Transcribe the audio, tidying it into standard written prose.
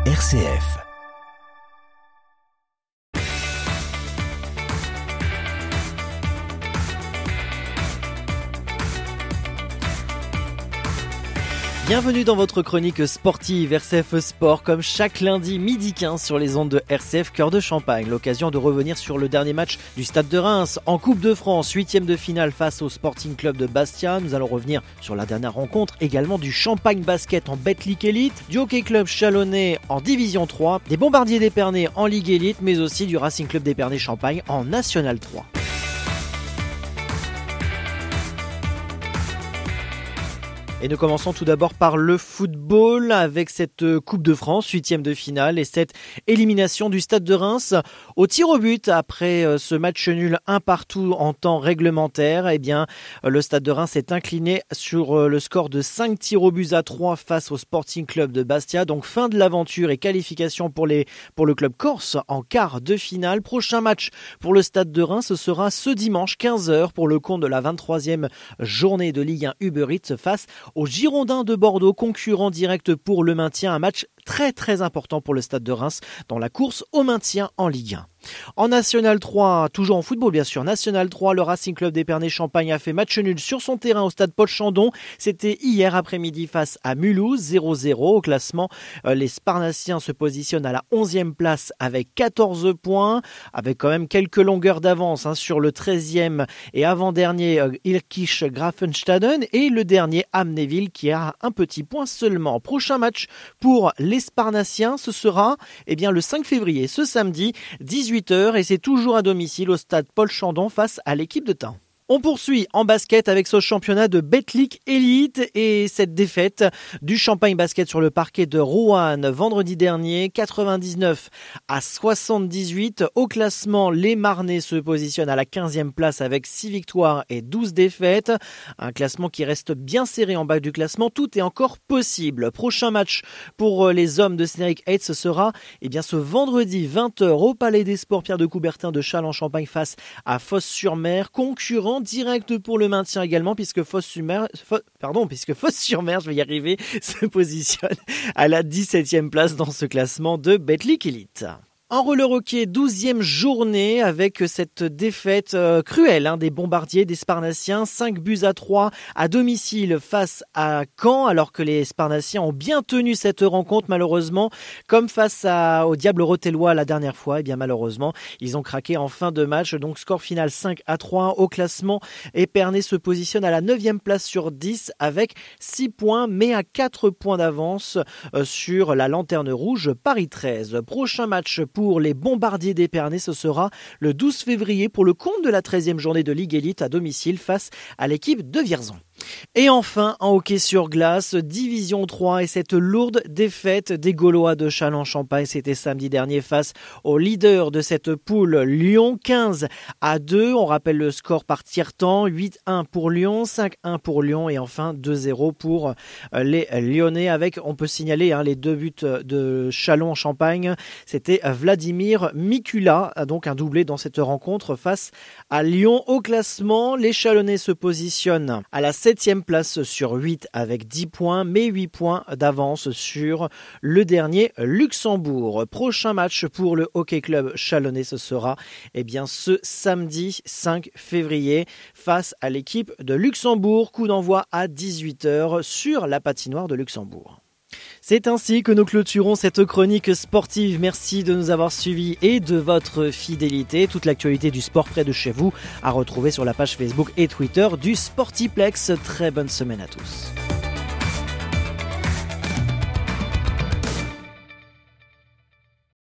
RCF. Bienvenue dans votre chronique sportive RCF Sport, comme chaque lundi midi 15 sur les ondes de RCF Cœur de Champagne. L'occasion de revenir sur le dernier match du Stade de Reims en Coupe de France, 8e de finale face au Sporting Club de Bastia. Nous allons revenir sur la dernière rencontre également du Champagne Basket en Betclic Elite, du Hockey Club Chalonnais en Division 3, des Bombardiers d'Épernay en Ligue Elite, mais aussi du Racing Club d'Épernay Champagne en National 3. Et nous commençons tout d'abord par le football avec cette Coupe de France, 8e de finale et cette élimination du Stade de Reims au tir au but après ce match nul 1-1 en temps réglementaire. Eh bien, le Stade de Reims est incliné sur le score de 5 tirs au but à 3 face au Sporting Club de Bastia. Donc fin de l'aventure et qualification pour le club corse en quart de finale. Prochain match pour le Stade de Reims, ce sera ce dimanche 15h pour le compte de la 23e journée de Ligue 1 Uber Eats face aux Girondins de Bordeaux, concurrent direct pour le maintien. Un match très très important pour le Stade de Reims dans la course au maintien en Ligue 1. En National 3, toujours en football bien sûr, National 3, le Racing Club d'Épernay Champagne a fait match nul sur son terrain au stade Paul Chandon. C'était hier après-midi face à Mulhouse, 0-0 au classement. Les Sparnassiens se positionnent à la 11e place avec 14 points, avec quand même quelques longueurs d'avance sur le 13e et avant-dernier Ilkirch Grafenstaden et le dernier Amnéville qui a un petit point seulement. Prochain match pour les Sparnassiens, ce sera le 5 février, ce samedi, 18h, et c'est toujours à domicile au stade Paul Chandon face à l'équipe de Tain. On poursuit en basket avec ce championnat de Betclic Elite et cette défaite du Champagne Basket sur le parquet de Roanne vendredi dernier, 99-78. Au classement, les Marnais se positionnent à la 15e place avec 6 victoires et 12 défaites. Un classement qui reste bien serré en bas du classement. Tout est encore possible. Prochain match pour les hommes de Cédric Hayes, ce sera ce vendredi 20h au Palais des Sports Pierre de Coubertin de Châlons-en-Champagne face à Fos-sur-Mer, concurrent direct pour le maintien également puisque Fos-sur-Mer, je vais y arriver, se positionne à la 17e place dans ce classement de Betclic Elite. En roller hockey, 12e journée avec cette défaite cruelle des Bombardiers des Sparnassiens, 5-3 à domicile face à Caen, alors que les Sparnassiens ont bien tenu cette rencontre malheureusement, comme face au Diable Rotellois la dernière fois. Malheureusement, ils ont craqué en fin de match, donc score final 5-3 au classement. Épernay se positionne à la 9e place sur 10 avec 6 points, mais à 4 points d'avance sur la Lanterne Rouge Paris 13. Prochain match pour les Bombardiers d'Épernay, ce sera le 12 février pour le compte de la 13e journée de Ligue Elite à domicile face à l'équipe de Vierzon. Et enfin, en hockey sur glace, Division 3 et cette lourde défaite des Gaulois de Châlons-en-Champagne, c'était samedi dernier face au leader de cette poule, Lyon, 15-2. On rappelle le score par tiers-temps, 8-1 pour Lyon, 5-1 pour Lyon et enfin 2-0 pour les Lyonnais avec, on peut signaler les 2 buts de Châlons-en-Champagne. C'était Vladimir Mikula, donc un doublé dans cette rencontre face à Lyon. Au classement, les Chalonnais se positionnent à la 7e place sur 8 avec 10 points, mais 8 points d'avance sur le dernier Luxembourg. Prochain match pour le Hockey Club Chalonnais, ce sera ce samedi 5 février face à l'équipe de Luxembourg. Coup d'envoi à 18h sur la patinoire de Luxembourg. C'est ainsi que nous clôturons cette chronique sportive. Merci de nous avoir suivis et de votre fidélité. Toute l'actualité du sport près de chez vous à retrouver sur la page Facebook et Twitter du Sportiplex. Très bonne semaine à tous.